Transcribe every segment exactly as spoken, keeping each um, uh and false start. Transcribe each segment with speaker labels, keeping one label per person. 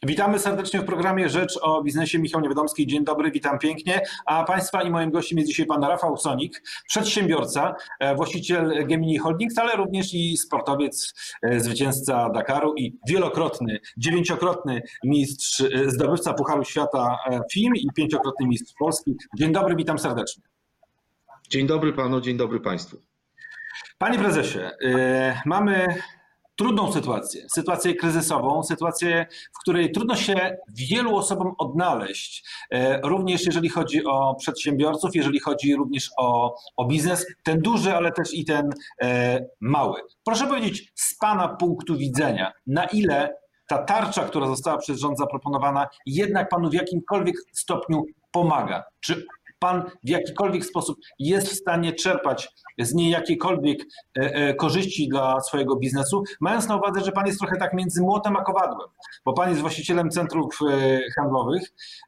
Speaker 1: Witamy serdecznie w programie Rzecz o Biznesie. Michał Niewiadomski, dzień dobry, witam pięknie. A Państwa i moim gościem jest dzisiaj pan Rafał Sonik, przedsiębiorca, właściciel Gemini Holdings, ale również i sportowiec, zwycięzca Dakaru i wielokrotny, dziewięciokrotny mistrz, zdobywca Pucharu Świata F I M i pięciokrotny mistrz Polski. Dzień dobry, witam serdecznie.
Speaker 2: Dzień dobry panu, dzień dobry państwu.
Speaker 1: Panie prezesie, mamy trudną sytuację, sytuację kryzysową, sytuację, w której trudno się wielu osobom odnaleźć, również jeżeli chodzi o przedsiębiorców, jeżeli chodzi również o, o biznes, ten duży, ale też i ten e, mały. Proszę powiedzieć z pana punktu widzenia, na ile ta tarcza, która została przez rząd zaproponowana, jednak panu w jakimkolwiek stopniu pomaga? Czy pan w jakikolwiek sposób jest w stanie czerpać z niej jakiekolwiek korzyści dla swojego biznesu, mając na uwadze, że pan jest trochę tak między młotem a kowadłem, bo pan jest właścicielem centrów handlowych,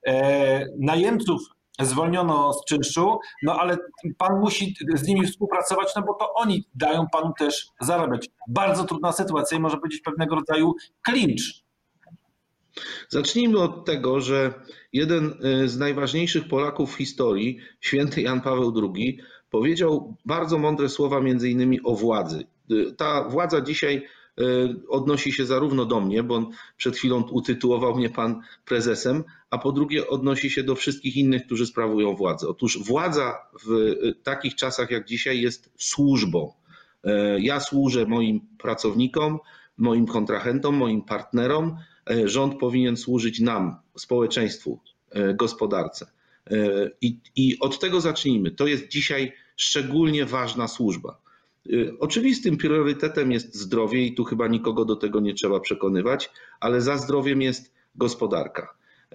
Speaker 1: najemców zwolniono z czynszu, no ale pan musi z nimi współpracować, no bo to oni dają panu też zarabiać. Bardzo trudna sytuacja i może powiedzieć pewnego rodzaju klincz.
Speaker 2: Zacznijmy od tego, że jeden z najważniejszych Polaków w historii, święty Jan Paweł drugi, powiedział bardzo mądre słowa między innymi o władzy. Ta władza dzisiaj odnosi się zarówno do mnie, bo on przed chwilą utytułował mnie pan prezesem, a po drugie odnosi się do wszystkich innych, którzy sprawują władzę. Otóż władza w takich czasach jak dzisiaj jest służbą. Ja służę moim pracownikom, moim kontrahentom, moim partnerom. Rząd powinien służyć nam, społeczeństwu, gospodarce. I, I od tego zacznijmy. To jest dzisiaj szczególnie ważna służba. Oczywistym priorytetem jest zdrowie i tu chyba nikogo do tego nie trzeba przekonywać, ale za zdrowiem jest gospodarka.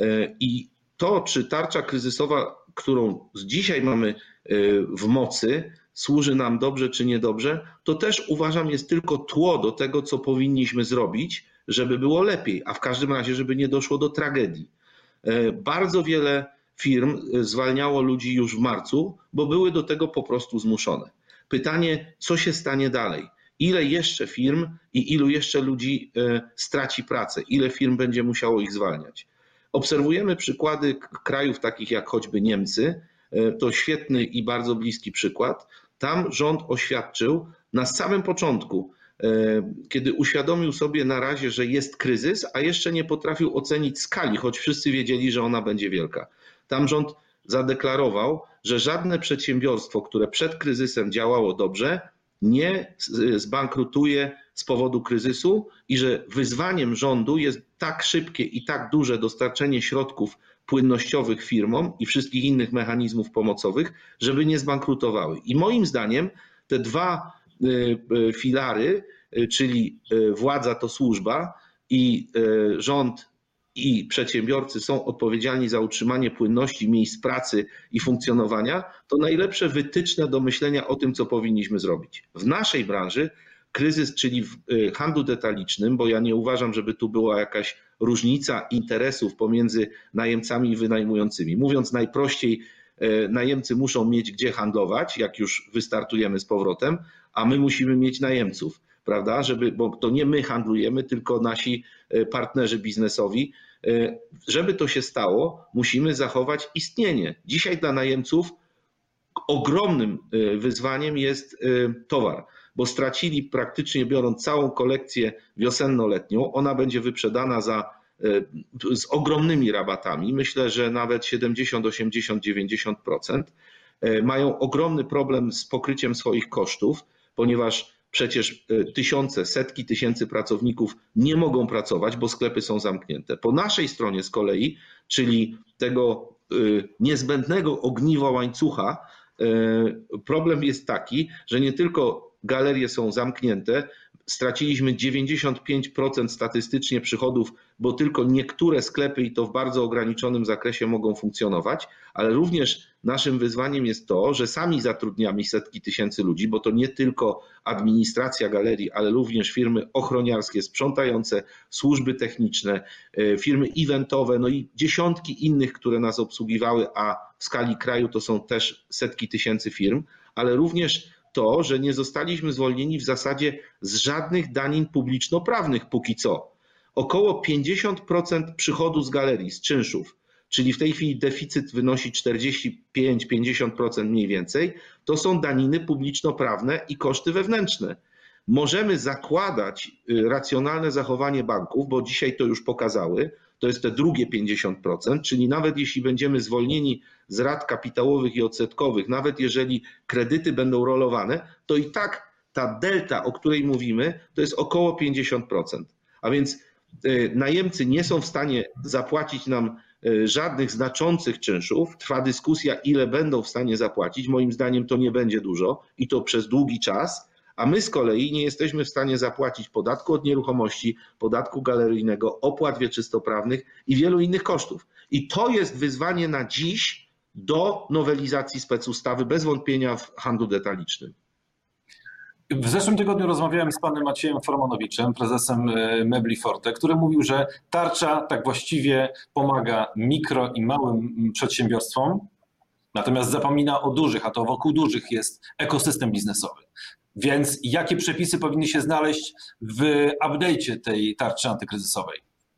Speaker 2: I to, czy tarcza kryzysowa, którą dzisiaj mamy w mocy, służy nam dobrze czy niedobrze, to też uważam jest tylko tło do tego, co powinniśmy zrobić, żeby było lepiej, a w każdym razie, żeby nie doszło do tragedii. Bardzo wiele firm zwalniało ludzi już w marcu, bo były do tego po prostu zmuszone. Pytanie, co się stanie dalej? Ile jeszcze firm i ilu jeszcze ludzi straci pracę? Ile firm będzie musiało ich zwalniać? Obserwujemy przykłady krajów takich jak choćby Niemcy. To świetny i bardzo bliski przykład. Tam rząd oświadczył na samym początku, kiedy uświadomił sobie na razie, że jest kryzys, a jeszcze nie potrafił ocenić skali, choć wszyscy wiedzieli, że ona będzie wielka. Tam rząd zadeklarował, że żadne przedsiębiorstwo, które przed kryzysem działało dobrze, nie zbankrutuje z powodu kryzysu i że wyzwaniem rządu jest tak szybkie i tak duże dostarczenie środków płynnościowych firmom i wszystkich innych mechanizmów pomocowych, żeby nie zbankrutowały. I moim zdaniem te dwa filary, czyli władza to służba i rząd i przedsiębiorcy są odpowiedzialni za utrzymanie płynności miejsc pracy i funkcjonowania, to najlepsze wytyczne do myślenia o tym, co powinniśmy zrobić. W naszej branży kryzys, czyli w handlu detalicznym, bo ja nie uważam, żeby tu była jakaś różnica interesów pomiędzy najemcami i wynajmującymi. Mówiąc najprościej, najemcy muszą mieć gdzie handlować, jak już wystartujemy z powrotem, a my musimy mieć najemców, prawda? Żeby, bo to nie my handlujemy, tylko nasi partnerzy biznesowi. Żeby to się stało, musimy zachować istnienie. Dzisiaj dla najemców ogromnym wyzwaniem jest towar, bo stracili praktycznie biorąc całą kolekcję wiosenno-letnią. Ona będzie wyprzedana za, z ogromnymi rabatami. Myślę, że nawet siedemdziesiąt, osiemdziesiąt, dziewięćdziesiąt procent. Mają ogromny problem z pokryciem swoich kosztów, ponieważ przecież tysiące, setki tysięcy pracowników nie mogą pracować, bo sklepy są zamknięte. Po naszej stronie z kolei, czyli tego niezbędnego ogniwa łańcucha, problem jest taki, że nie tylko galerie są zamknięte, straciliśmy dziewięćdziesiąt pięć procent statystycznie przychodów, bo tylko niektóre sklepy i to w bardzo ograniczonym zakresie mogą funkcjonować, ale również naszym wyzwaniem jest to, że sami zatrudniamy setki tysięcy ludzi, bo to nie tylko administracja galerii, ale również firmy ochroniarskie, sprzątające, służby techniczne, firmy eventowe, no i dziesiątki innych, które nas obsługiwały, a w skali kraju to są też setki tysięcy firm, ale również to, że nie zostaliśmy zwolnieni w zasadzie z żadnych danin publiczno-prawnych póki co. około pięćdziesiąt procent przychodu z galerii, z czynszów, czyli w tej chwili deficyt wynosi czterdzieści pięć do pięćdziesięciu procent mniej więcej, to są daniny publiczno-prawne i koszty wewnętrzne. Możemy zakładać racjonalne zachowanie banków, bo dzisiaj to już pokazały, to jest te drugie pięćdziesiąt procent, czyli nawet jeśli będziemy zwolnieni z rat kapitałowych i odsetkowych, nawet jeżeli kredyty będą rolowane, to i tak ta delta, o której mówimy, to jest około pięćdziesiąt procent. A więc najemcy nie są w stanie zapłacić nam żadnych znaczących czynszów. Trwa dyskusja, ile będą w stanie zapłacić. Moim zdaniem to nie będzie dużo i to przez długi czas. A my z kolei nie jesteśmy w stanie zapłacić podatku od nieruchomości, podatku galeryjnego, opłat wieczystoprawnych i wielu innych kosztów. I to jest wyzwanie na dziś do nowelizacji specustawy, bez wątpienia w handlu detalicznym.
Speaker 1: W zeszłym tygodniu rozmawiałem z panem Maciejem Formonowiczem, prezesem Mebli Forte, który mówił, że tarcza tak właściwie pomaga mikro i małym przedsiębiorstwom, natomiast zapomina o dużych, a to wokół dużych jest ekosystem biznesowy. Więc jakie przepisy powinny się znaleźć w update'cie tej tarczy antykryzysowej?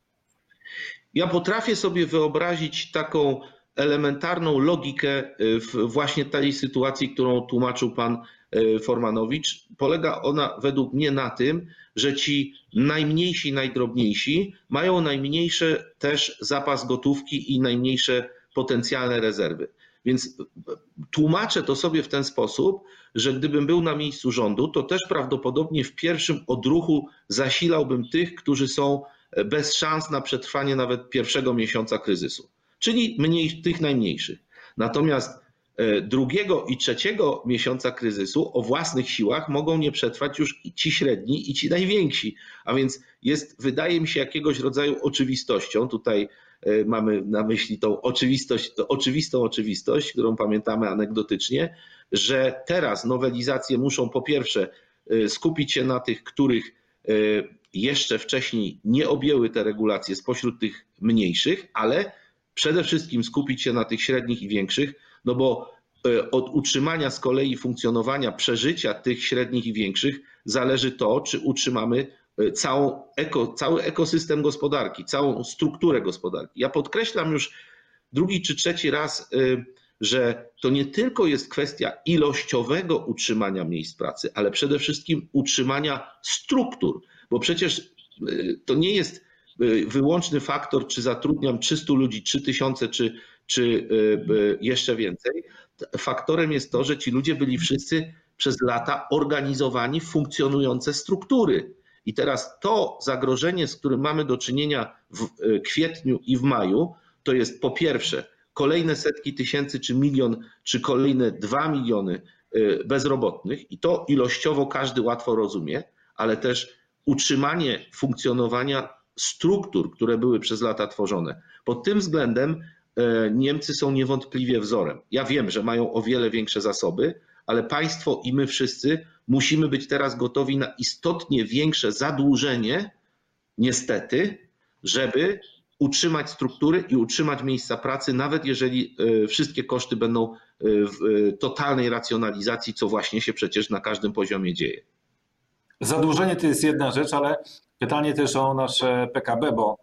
Speaker 2: Ja potrafię sobie wyobrazić taką elementarną logikę w właśnie tej sytuacji, którą tłumaczył pan Formanowicz. Polega ona według mnie na tym, że ci najmniejsi, najdrobniejsi mają najmniejszy też zapas gotówki i najmniejsze potencjalne rezerwy. Więc tłumaczę to sobie w ten sposób, że gdybym był na miejscu rządu, to też prawdopodobnie w pierwszym odruchu zasilałbym tych, którzy są bez szans na przetrwanie nawet pierwszego miesiąca kryzysu, czyli mniej, tych najmniejszych. Natomiast drugiego i trzeciego miesiąca kryzysu o własnych siłach mogą nie przetrwać już ci średni i ci najwięksi. A więc jest, wydaje mi się, jakiegoś rodzaju oczywistością, tutaj mamy na myśli tą oczywistość, tą oczywistą oczywistość, którą pamiętamy anegdotycznie, że teraz nowelizacje muszą po pierwsze skupić się na tych, których jeszcze wcześniej nie objęły te regulacje spośród tych mniejszych, ale przede wszystkim skupić się na tych średnich i większych, no bo od utrzymania z kolei funkcjonowania, przeżycia tych średnich i większych zależy to, czy utrzymamy całą eko, cały ekosystem gospodarki, całą strukturę gospodarki. Ja podkreślam już drugi czy trzeci raz, że to nie tylko jest kwestia ilościowego utrzymania miejsc pracy, ale przede wszystkim utrzymania struktur, bo przecież to nie jest wyłączny faktor, czy zatrudniam trzystu ludzi, trzy tysiące, czy, czy jeszcze więcej. Faktorem jest to, że ci ludzie byli wszyscy przez lata organizowani w funkcjonujące struktury. I teraz to zagrożenie, z którym mamy do czynienia w kwietniu i w maju, to jest po pierwsze kolejne setki tysięcy, czy milion, czy kolejne dwa miliony bezrobotnych i to ilościowo każdy łatwo rozumie, ale też utrzymanie funkcjonowania struktur, które były przez lata tworzone. Pod tym względem Niemcy są niewątpliwie wzorem. Ja wiem, że mają o wiele większe zasoby, ale państwo i my wszyscy musimy być teraz gotowi na istotnie większe zadłużenie, niestety, żeby utrzymać struktury i utrzymać miejsca pracy, nawet jeżeli wszystkie koszty będą w totalnej racjonalizacji, co właśnie się przecież na każdym poziomie dzieje.
Speaker 1: Zadłużenie to jest jedna rzecz, ale pytanie też o nasze P K B, bo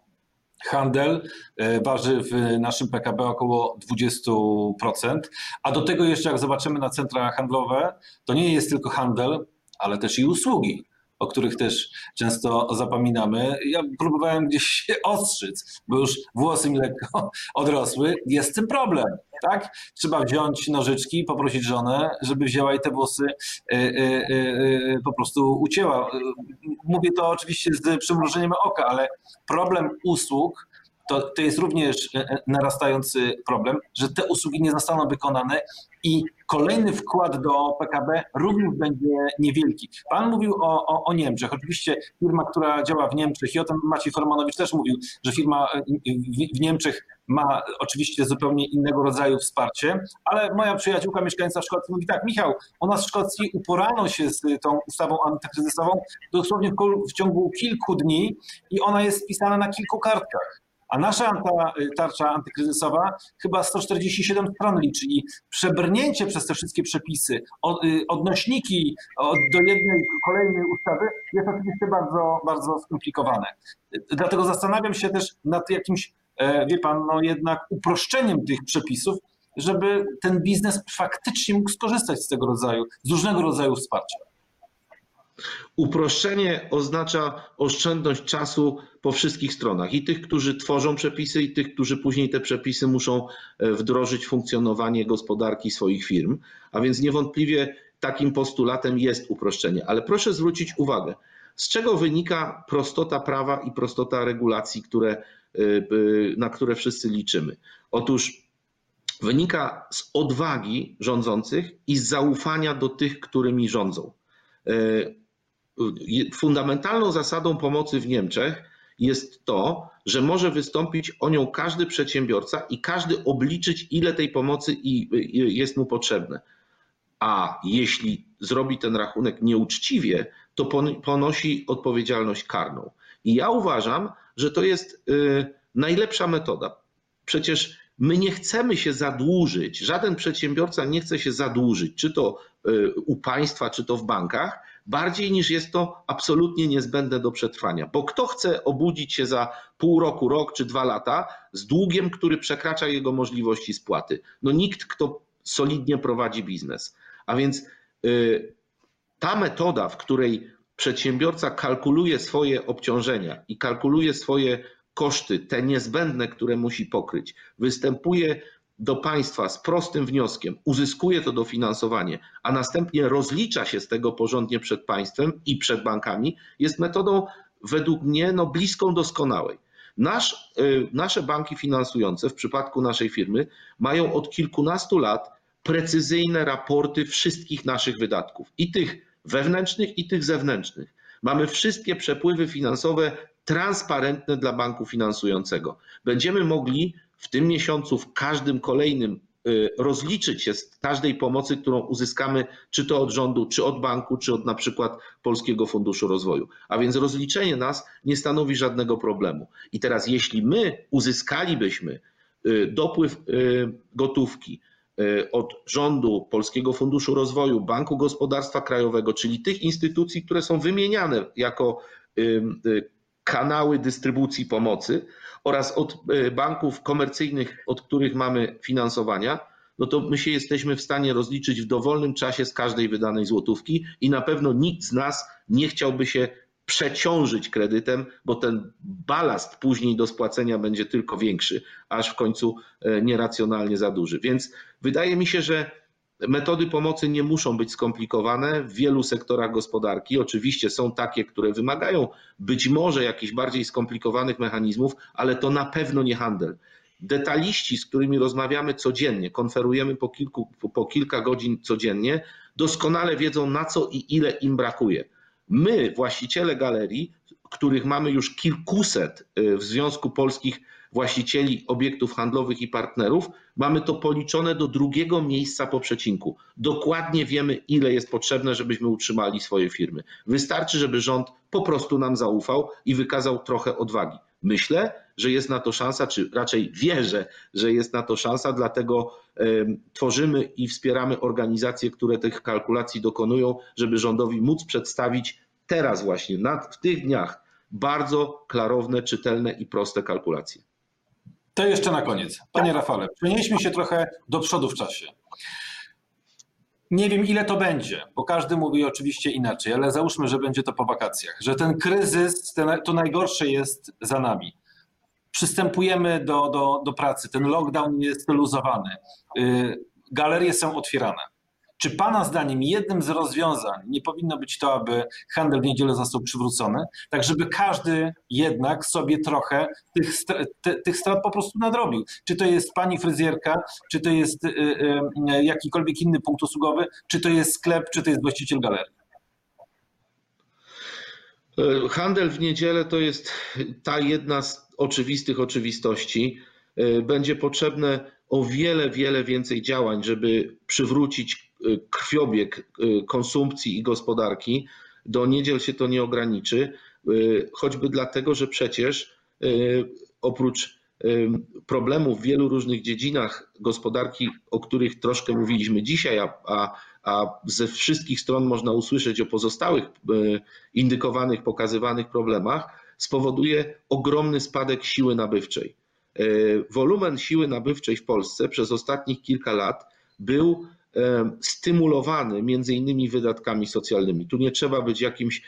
Speaker 1: handel waży w naszym P K B około dwadzieścia procent, a do tego jeszcze jak zobaczymy na centra handlowe, to nie jest tylko handel, ale też i usługi, o których też często zapominamy. Ja próbowałem gdzieś się ostrzyc, bo już włosy mi lekko odrosły. Jest z tym problem, tak? Trzeba wziąć nożyczki i poprosić żonę, żeby wzięła i te włosy yy, yy, yy, po prostu ucięła. Mówię to oczywiście z przymrużeniem oka, ale problem usług to, to jest również narastający problem, że te usługi nie zostaną wykonane i kolejny wkład do P K B również będzie niewielki. Pan mówił o, o, o Niemczech. Oczywiście firma, która działa w Niemczech i o tym Maciej Formanowicz też mówił, że firma w, w Niemczech ma oczywiście zupełnie innego rodzaju wsparcie, ale moja przyjaciółka mieszkająca Szkocji mówi tak: Michał, u nas w Szkocji uporano się z tą ustawą antykryzysową dosłownie w ciągu kilku dni i ona jest wpisana na kilku kartkach. A nasza tarcza antykryzysowa chyba sto czterdzieści siedem stron liczy i przebrnięcie przez te wszystkie przepisy, odnośniki do jednej kolejnej ustawy jest oczywiście bardzo, bardzo skomplikowane. Dlatego zastanawiam się też nad jakimś, wie pan, no jednak uproszczeniem tych przepisów, żeby ten biznes faktycznie mógł skorzystać z tego rodzaju, z różnego rodzaju wsparcia.
Speaker 2: Uproszczenie oznacza oszczędność czasu po wszystkich stronach. I tych, którzy tworzą przepisy, i tych, którzy później te przepisy muszą wdrożyć w funkcjonowanie gospodarki swoich firm. A więc niewątpliwie takim postulatem jest uproszczenie. Ale proszę zwrócić uwagę, z czego wynika prostota prawa i prostota regulacji, które, na które wszyscy liczymy. Otóż wynika z odwagi rządzących i z zaufania do tych, którymi rządzą. Fundamentalną zasadą pomocy w Niemczech jest to, że może wystąpić o nią każdy przedsiębiorca i każdy obliczyć, ile tej pomocy jest mu potrzebne. A jeśli zrobi ten rachunek nieuczciwie, to ponosi odpowiedzialność karną. I ja uważam, że to jest najlepsza metoda. Przecież my nie chcemy się zadłużyć, żaden przedsiębiorca nie chce się zadłużyć, czy to u państwa, czy to w bankach, bardziej niż jest to absolutnie niezbędne do przetrwania. Bo kto chce obudzić się za pół roku, rok czy dwa lata z długiem, który przekracza jego możliwości spłaty? No nikt, kto solidnie prowadzi biznes. A więc ta metoda, w której przedsiębiorca kalkuluje swoje obciążenia i kalkuluje swoje koszty, te niezbędne, które musi pokryć, występuje do państwa z prostym wnioskiem, uzyskuje to dofinansowanie, a następnie rozlicza się z tego porządnie przed państwem i przed bankami, jest metodą według mnie no, bliską doskonałej. Nasz, nasze banki finansujące w przypadku naszej firmy mają od kilkunastu lat precyzyjne raporty wszystkich naszych wydatków, i tych wewnętrznych, i tych zewnętrznych. Mamy wszystkie przepływy finansowe transparentne dla banku finansującego. Będziemy mogli w tym miesiącu, w każdym kolejnym rozliczyć się z każdej pomocy, którą uzyskamy, czy to od rządu, czy od banku, czy od na przykład Polskiego Funduszu Rozwoju. A więc rozliczenie nas nie stanowi żadnego problemu. I teraz jeśli my uzyskalibyśmy dopływ gotówki od rządu, Polskiego Funduszu Rozwoju, Banku Gospodarstwa Krajowego, czyli tych instytucji, które są wymieniane jako kanały dystrybucji pomocy, oraz od banków komercyjnych, od których mamy finansowania, no to my się jesteśmy w stanie rozliczyć w dowolnym czasie z każdej wydanej złotówki i na pewno nikt z nas nie chciałby się przeciążyć kredytem, bo ten balast później do spłacenia będzie tylko większy, aż w końcu nieracjonalnie za duży. Więc wydaje mi się, że metody pomocy nie muszą być skomplikowane w wielu sektorach gospodarki. Oczywiście są takie, które wymagają być może jakichś bardziej skomplikowanych mechanizmów, ale to na pewno nie handel. Detaliści, z którymi rozmawiamy codziennie, konferujemy po, kilku, po kilka godzin codziennie, doskonale wiedzą, na co i ile im brakuje. My, właściciele galerii, których mamy już kilkuset w Związku Polskich Właścicieli Obiektów Handlowych i Partnerów, mamy to policzone do drugiego miejsca po przecinku. Dokładnie wiemy, ile jest potrzebne, żebyśmy utrzymali swoje firmy. Wystarczy, żeby rząd po prostu nam zaufał i wykazał trochę odwagi. Myślę, że jest na to szansa, czy raczej wierzę, że jest na to szansa, dlatego tworzymy i wspieramy organizacje, które tych kalkulacji dokonują, żeby rządowi móc przedstawić teraz właśnie, w tych dniach, bardzo klarowne, czytelne i proste kalkulacje.
Speaker 1: To jeszcze na koniec. Panie Rafale, przenieśmy się trochę do przodu w czasie. Nie wiem, ile to będzie, bo każdy mówi oczywiście inaczej, ale załóżmy, że będzie to po wakacjach, że ten kryzys, ten, to najgorsze jest za nami. Przystępujemy do, do, do pracy, ten lockdown jest luzowany, yy, galerie są otwierane. Czy pana zdaniem jednym z rozwiązań nie powinno być to, aby handel w niedzielę został przywrócony, tak żeby każdy jednak sobie trochę tych, te, tych strat po prostu nadrobił? Czy to jest pani fryzjerka, czy to jest y, y, jakikolwiek inny punkt usługowy, czy to jest sklep, czy to jest właściciel galerii?
Speaker 2: Handel w niedzielę to jest ta jedna z oczywistych oczywistości. Będzie potrzebne o wiele, wiele więcej działań, żeby przywrócić krwiobieg konsumpcji i gospodarki. Do niedziel się to nie ograniczy, choćby dlatego, że przecież oprócz problemów w wielu różnych dziedzinach gospodarki, o których troszkę mówiliśmy dzisiaj, a, a, a ze wszystkich stron można usłyszeć o pozostałych indykowanych, pokazywanych problemach, spowoduje ogromny spadek siły nabywczej. Wolumen siły nabywczej w Polsce przez ostatnich kilka lat był stymulowany między innymi wydatkami socjalnymi. Tu nie trzeba być jakimś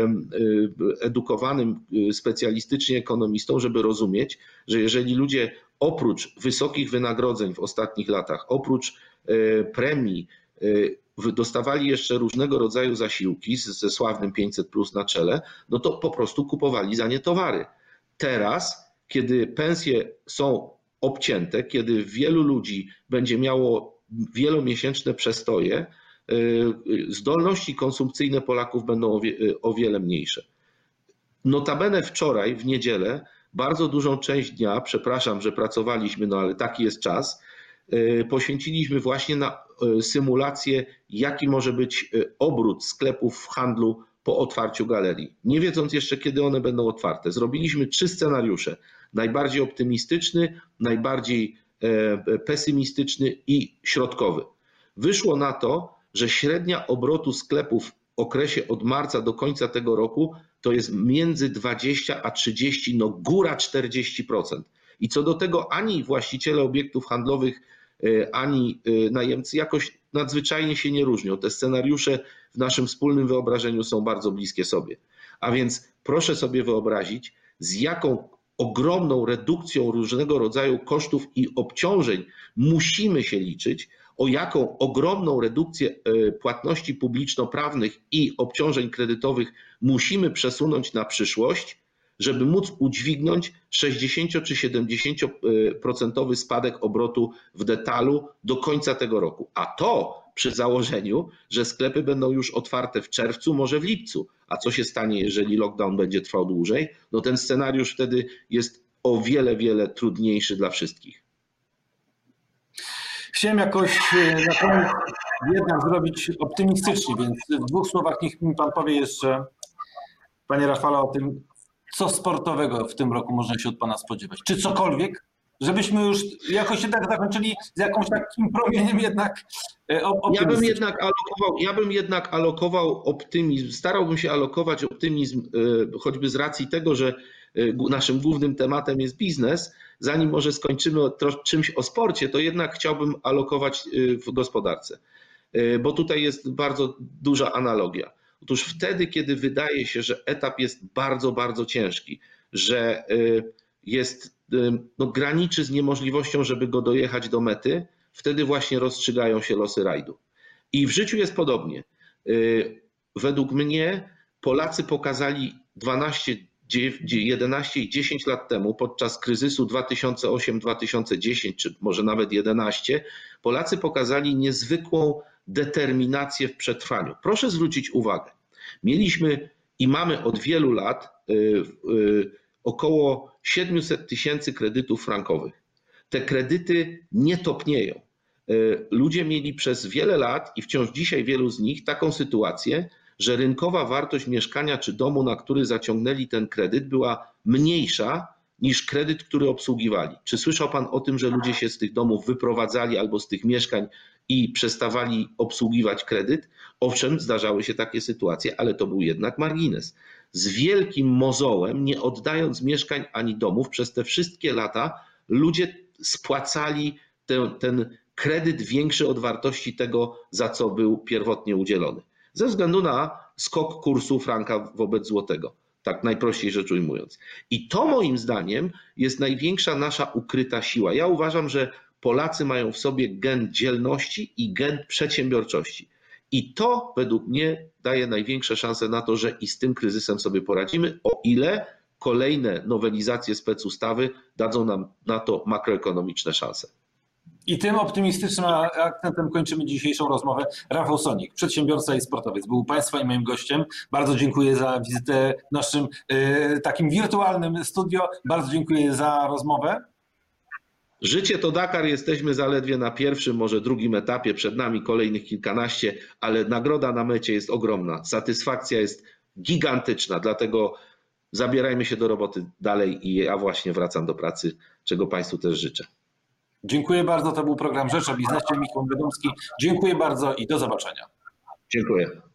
Speaker 2: edukowanym specjalistycznie ekonomistą, żeby rozumieć, że jeżeli ludzie oprócz wysokich wynagrodzeń w ostatnich latach, oprócz premii dostawali jeszcze różnego rodzaju zasiłki ze sławnym pięćset plus na czele, no to po prostu kupowali za nie towary. Teraz, kiedy pensje są obcięte, kiedy wielu ludzi będzie miało wielomiesięczne przestoje, zdolności konsumpcyjne Polaków będą o wiele mniejsze. Notabene wczoraj, w niedzielę, bardzo dużą część dnia, przepraszam, że pracowaliśmy, no ale taki jest czas, poświęciliśmy właśnie na symulację, jaki może być obrót sklepów w handlu po otwarciu galerii. Nie wiedząc jeszcze, kiedy one będą otwarte. Zrobiliśmy trzy scenariusze. Najbardziej optymistyczny, najbardziej pesymistyczny i środkowy. Wyszło na to, że średnia obrotu sklepów w okresie od marca do końca tego roku to jest między dwadzieścia a trzydzieści, no góra czterdzieści procent. I co do tego ani właściciele obiektów handlowych, ani najemcy jakoś nadzwyczajnie się nie różnią. Te scenariusze w naszym wspólnym wyobrażeniu są bardzo bliskie sobie. A więc proszę sobie wyobrazić, z jaką ogromną redukcją różnego rodzaju kosztów i obciążeń musimy się liczyć, o jaką ogromną redukcję płatności publiczno-prawnych i obciążeń kredytowych musimy przesunąć na przyszłość, żeby móc udźwignąć sześćdziesiąt czy siedemdziesiąt procent spadek obrotu w detalu do końca tego roku. A to przy założeniu, że sklepy będą już otwarte w czerwcu, może w lipcu. A co się stanie, jeżeli lockdown będzie trwał dłużej? No ten scenariusz wtedy jest o wiele, wiele trudniejszy dla wszystkich.
Speaker 1: Chciałem jakoś na koniec jednak zrobić optymistycznie, więc w dwóch słowach niech mi pan powie jeszcze, panie Rafale, o tym, co sportowego w tym roku można się od pana spodziewać. Czy cokolwiek? Żebyśmy już jakoś się tak zakończyli z jakimś takim promieniem jednak
Speaker 2: ja bym jednak alokował, ja bym jednak alokował optymizm, starałbym się alokować optymizm choćby z racji tego, że naszym głównym tematem jest biznes. Zanim może skończymy czymś o sporcie, to jednak chciałbym alokować w gospodarce, bo tutaj jest bardzo duża analogia. Otóż wtedy, kiedy wydaje się, że etap jest bardzo, bardzo ciężki, że jest, no, graniczy z niemożliwością, żeby go dojechać do mety, wtedy właśnie rozstrzygają się losy rajdu. I w życiu jest podobnie. Według mnie Polacy pokazali dwanaście, jedenaście i dziesięć lat temu podczas kryzysu dwa tysiące osiem dwa tysiące dziesięć, czy może nawet jedenaście, Polacy pokazali niezwykłą determinację w przetrwaniu. Proszę zwrócić uwagę, mieliśmy i mamy od wielu lat około siedemset tysięcy kredytów frankowych. Te kredyty nie topnieją. Ludzie mieli przez wiele lat i wciąż dzisiaj wielu z nich taką sytuację, że rynkowa wartość mieszkania czy domu, na który zaciągnęli ten kredyt, była mniejsza niż kredyt, który obsługiwali. Czy słyszał pan o tym, że ludzie się z tych domów wyprowadzali albo z tych mieszkań i przestawali obsługiwać kredyt? Owszem, zdarzały się takie sytuacje, ale to był jednak margines. Z wielkim mozołem, nie oddając mieszkań ani domów, przez te wszystkie lata ludzie spłacali ten, ten kredyt większy od wartości tego, za co był pierwotnie udzielony. Ze względu na skok kursu franka wobec złotego, tak najprościej rzecz ujmując. I to moim zdaniem jest największa nasza ukryta siła. Ja uważam, że Polacy mają w sobie gen dzielności i gen przedsiębiorczości. I to według mnie daje największe szanse na to, że i z tym kryzysem sobie poradzimy, o ile kolejne nowelizacje specustawy dadzą nam na to makroekonomiczne szanse.
Speaker 1: I tym optymistycznym akcentem kończymy dzisiejszą rozmowę. Rafał Sonik, przedsiębiorca i sportowiec, był Państwa i moim gościem. Bardzo dziękuję za wizytę w naszym y, takim wirtualnym studio. Bardzo dziękuję za rozmowę.
Speaker 2: Życie to Dakar, jesteśmy zaledwie na pierwszym, może drugim etapie, przed nami kolejnych kilkanaście, ale nagroda na mecie jest ogromna. Satysfakcja jest gigantyczna, dlatego zabierajmy się do roboty dalej i ja właśnie wracam do pracy, czego Państwu też życzę.
Speaker 1: Dziękuję bardzo. To był program Rzecz o Biznesie. Michał Wiadomski. Dziękuję bardzo i do zobaczenia.
Speaker 2: Dziękuję.